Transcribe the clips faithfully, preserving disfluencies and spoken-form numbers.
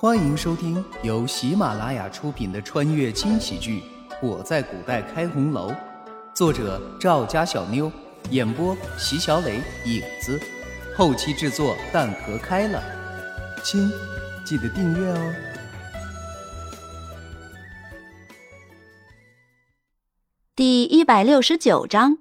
欢迎收听由喜马拉雅出品的穿越轻喜剧《我在古代开红楼》，作者赵家小妞，演播席小磊、影子，后期制作蛋壳开了。亲，记得订阅哦。 第一百六十九章，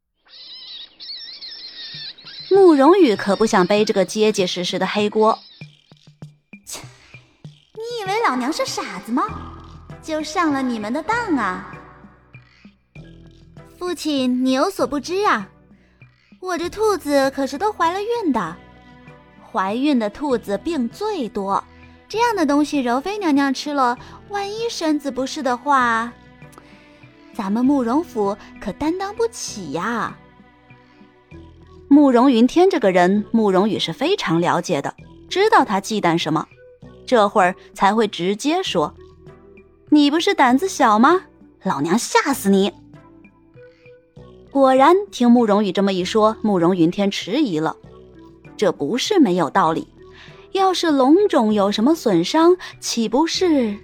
慕容羽可不想背这个结结实实的黑锅。 切，你以为老娘是傻子吗？就上了你们的当啊！父亲，你有所不知啊，我这兔子可是都怀了孕的。怀孕的兔子病最多，这样的东西柔妃娘娘吃了，万一身子不适的话，咱们慕容府可担当不起呀。 慕容云天这个人，慕容羽是非常了解的，知道他忌惮什么，这会儿才会直接说：你不是胆子小吗？老娘吓死你！果然听慕容羽这么一说，慕容云天迟疑了。这不是没有道理，要是龙种有什么损伤，岂不是……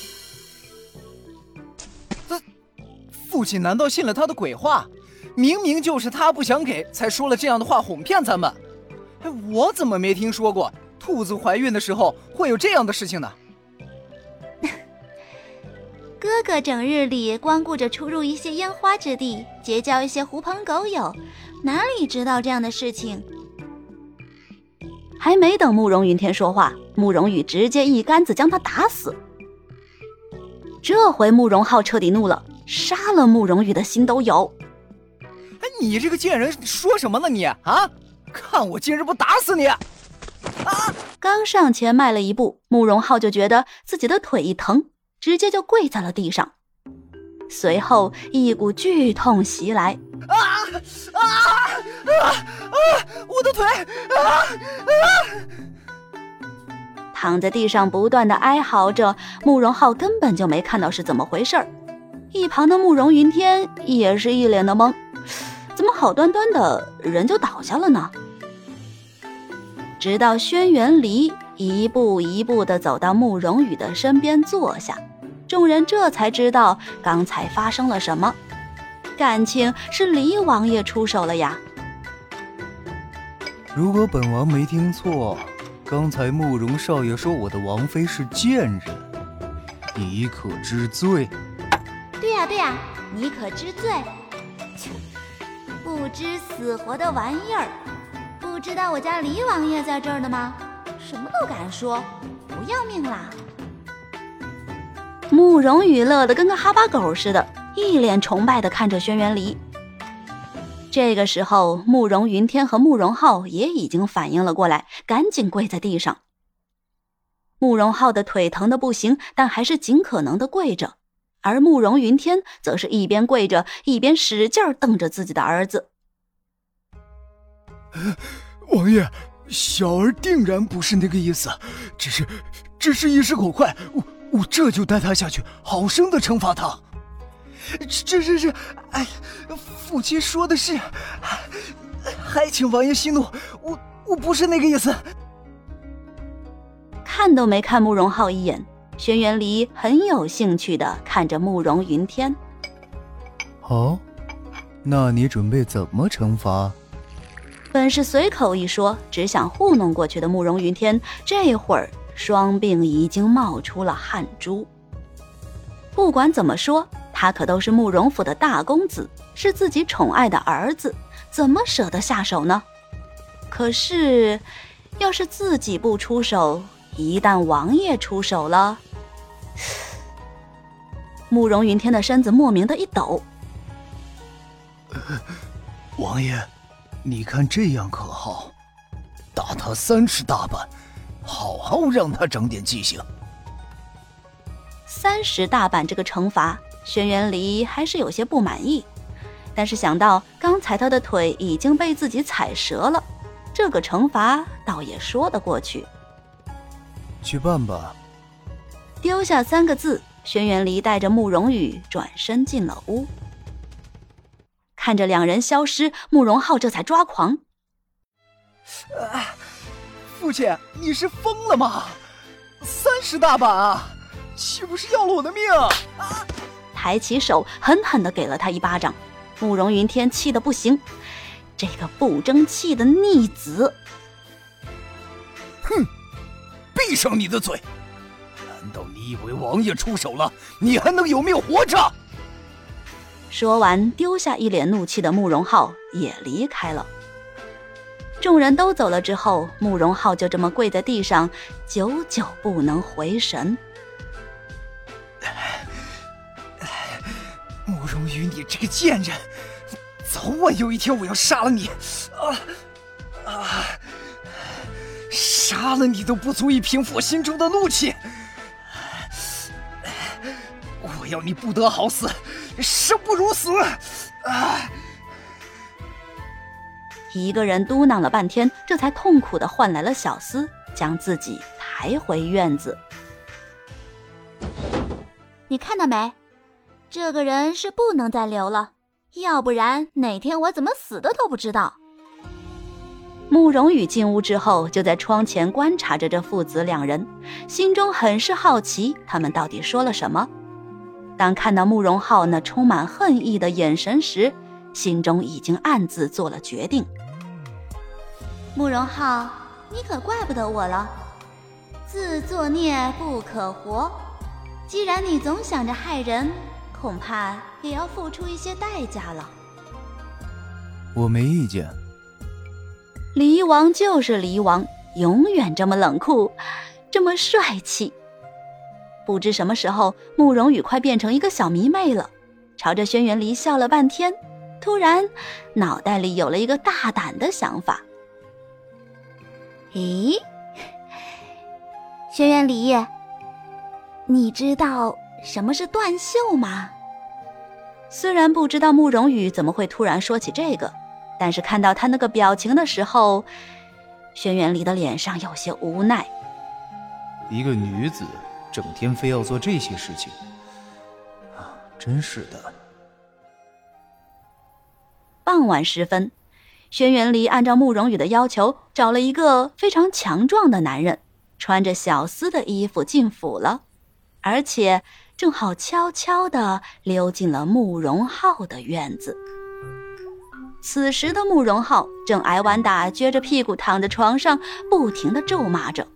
父亲难道信了他的鬼话？明明就是他不想给，才说了这样的话哄骗咱们。我怎么没听说过兔子怀孕的时候会有这样的事情呢？ 哥哥整日里光顾着出入一些烟花之地，结交一些狐朋狗友，哪里知道这样的事情？ 还没等慕容云天说话，慕容羽直接一竿子将他打死。这回慕容浩彻底怒了，杀了慕容羽的心都有。 哎，你这个贱人说什么呢你啊？看我今日不打死你！啊！ 刚上前迈了一步，慕容浩就觉得自己的腿一疼，直接就跪在了地上。随后一股剧痛袭来。 啊啊啊啊！我的腿！啊啊！ 躺在地上不断的哀嚎着，慕容浩根本就没看到是怎么回事。一旁的慕容云天也是一脸的懵，怎么好端端的人就倒下了呢？直到轩辕离一步一步地走到慕容羽的身边坐下，众人这才知道刚才发生了什么。感情是离王爷出手了呀。 如果本王没听错，刚才慕容少爷说我的王妃是贱人，你可知罪？ 对呀对呀，你可知罪？不知死活的玩意儿，不知道我家离王爷在这儿的吗？什么都敢说，不要命啦！ 慕容羽乐得跟个哈巴狗似的，一脸崇拜地看着轩辕离。这个时候，慕容云天和慕容浩也已经反应了过来，赶紧跪在地上。慕容浩的腿疼得不行，但还是尽可能地跪着，而慕容云天则是一边跪着，一边使劲瞪着自己的儿子。 王爷，小儿定然不是那个意思，只是只是一时口快，我我这就带他下去，好生的惩罚他。 这这这，哎，父亲说的是，还请王爷息怒，我我不是那个意思。 看都没看慕容浩一眼，轩辕离很有兴趣地看着慕容云天。 哦，那你准备怎么惩罚？ 本是随口一说，只想糊弄过去的慕容云天，这会儿双鬓已经冒出了汗珠。不管怎么说，他可都是慕容府的大公子，是自己宠爱的儿子，怎么舍得下手呢？可是要是自己不出手，一旦王爷出手了……慕容云天的身子莫名的一抖。 王爷，你看这样可好？打他三十大板，好好让他长点记性。 三十大板这个惩罚，轩辕离还是有些不满意，但是想到刚才他的腿已经被自己踩折了，这个惩罚倒也说得过去。 去办吧。 丢下三个字，轩辕离带着慕容羽转身进了屋。看着两人消失，慕容浩这才抓狂。 啊，父亲，你是疯了吗？三吃大板啊，岂不是要了我的命啊！ 抬起手狠狠地给了他一巴掌。慕容云天气得不行，这个不争气的逆子！ 哼，闭上你的嘴！难道你以为王爷出手了，你还能有命活着？ 说完，丢下一脸怒气的慕容浩也离开了。众人都走了之后，慕容浩就这么跪在地上，久久不能回神。 慕容羽，你这个贱人，早晚有一天我要杀了你！啊啊！杀了你都不足以平复我心中的怒气。我要你不得好死，生不如死！啊！ 一个人嘟囔了半天，这才痛苦地换来了小厮，将自己抬回院子。 你看到没？这个人是不能再留了，要不然哪天我怎么死的都不知道。 慕容羽进屋之后，就在窗前观察着这父子两人，心中很是好奇，他们到底说了什么。当看到慕容浩那充满恨意的眼神时，心中已经暗自做了决定。 慕容浩，你可怪不得我了，自作孽不可活。既然你总想着害人，恐怕也要付出一些代价了。 我没意见。 离王就是离王，永远这么冷酷，这么帅气。不知什么时候，慕容羽快变成一个小迷妹了，朝着轩辕离笑了半天，突然脑袋里有了一个大胆的想法。 咦，轩辕离，你知道什么是断袖吗？ 虽然不知道慕容羽怎么会突然说起这个，但是看到他那个表情的时候，轩辕离的脸上有些无奈。 一个女子整天非要做这些事情啊，真是的。 傍晚时分，轩辕离按照慕容羽的要求，找了一个非常强壮的男人，穿着小厮的衣服进府了，而且正好悄悄地溜进了慕容浩的院子。此时的慕容浩正挨完打，撅着屁股躺在床上，不停地咒骂着。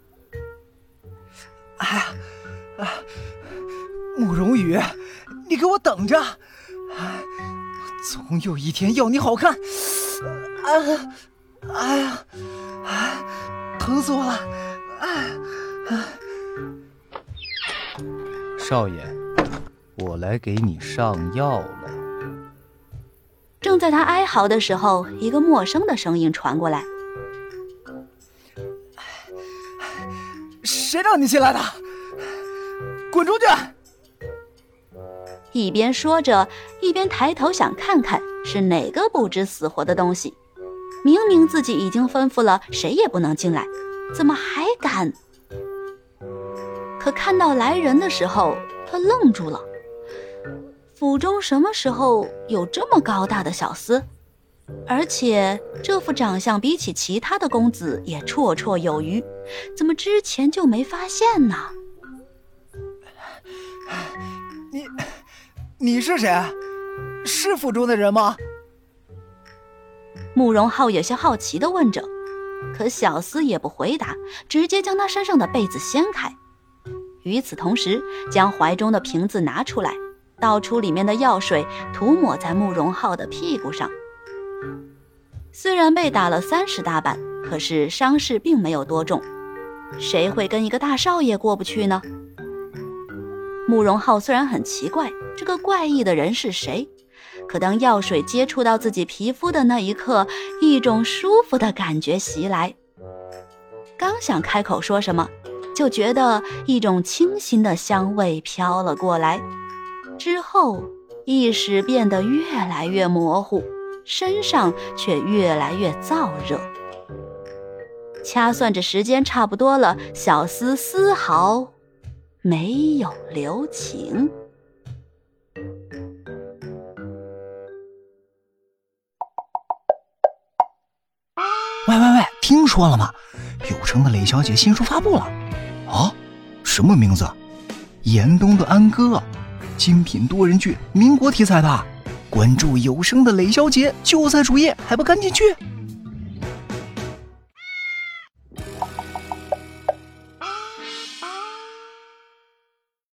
哎呀，啊，慕容羽，你给我等着！总有一天要你好看！啊，哎呀，啊，疼死我了！啊啊！ 少爷，我来给你上药了。 正在他哀嚎的时候，一个陌生的声音传过来：“ 谁让你进来的？滚出去！” 一边说着，一边抬头想看看是哪个不知死活的东西。明明自己已经吩咐了，谁也不能进来，怎么还敢？可看到来人的时候，他愣住了。府中什么时候有这么高大的小厮？而且这副长相比起其他的公子也绰绰有余，怎么之前就没发现呢？ 你你是谁？是府中的人吗？ 慕容浩有些好奇地问着，可小厮也不回答，直接将他身上的被子掀开。与此同时，将怀中的瓶子拿出来，倒出里面的药水，涂抹在慕容浩的屁股上。虽然被打了三十大板，可是伤势并没有多重，谁会跟一个大少爷过不去呢？慕容浩虽然很奇怪这个怪异的人是谁，可当药水接触到自己皮肤的那一刻，一种舒服的感觉袭来。刚想开口说什么，就觉得一种清新的香味飘了过来，之后意识变得越来越模糊，身上却越来越燥热。掐算着时间差不多了，小厮丝毫没有留情。 喂喂喂，听说了吗？有声的磊小姐新书发布了。啊， 什么名字？严冬的安哥，精品多人剧，民国题材的。关注有声的磊小姐就在主页，还不赶紧去！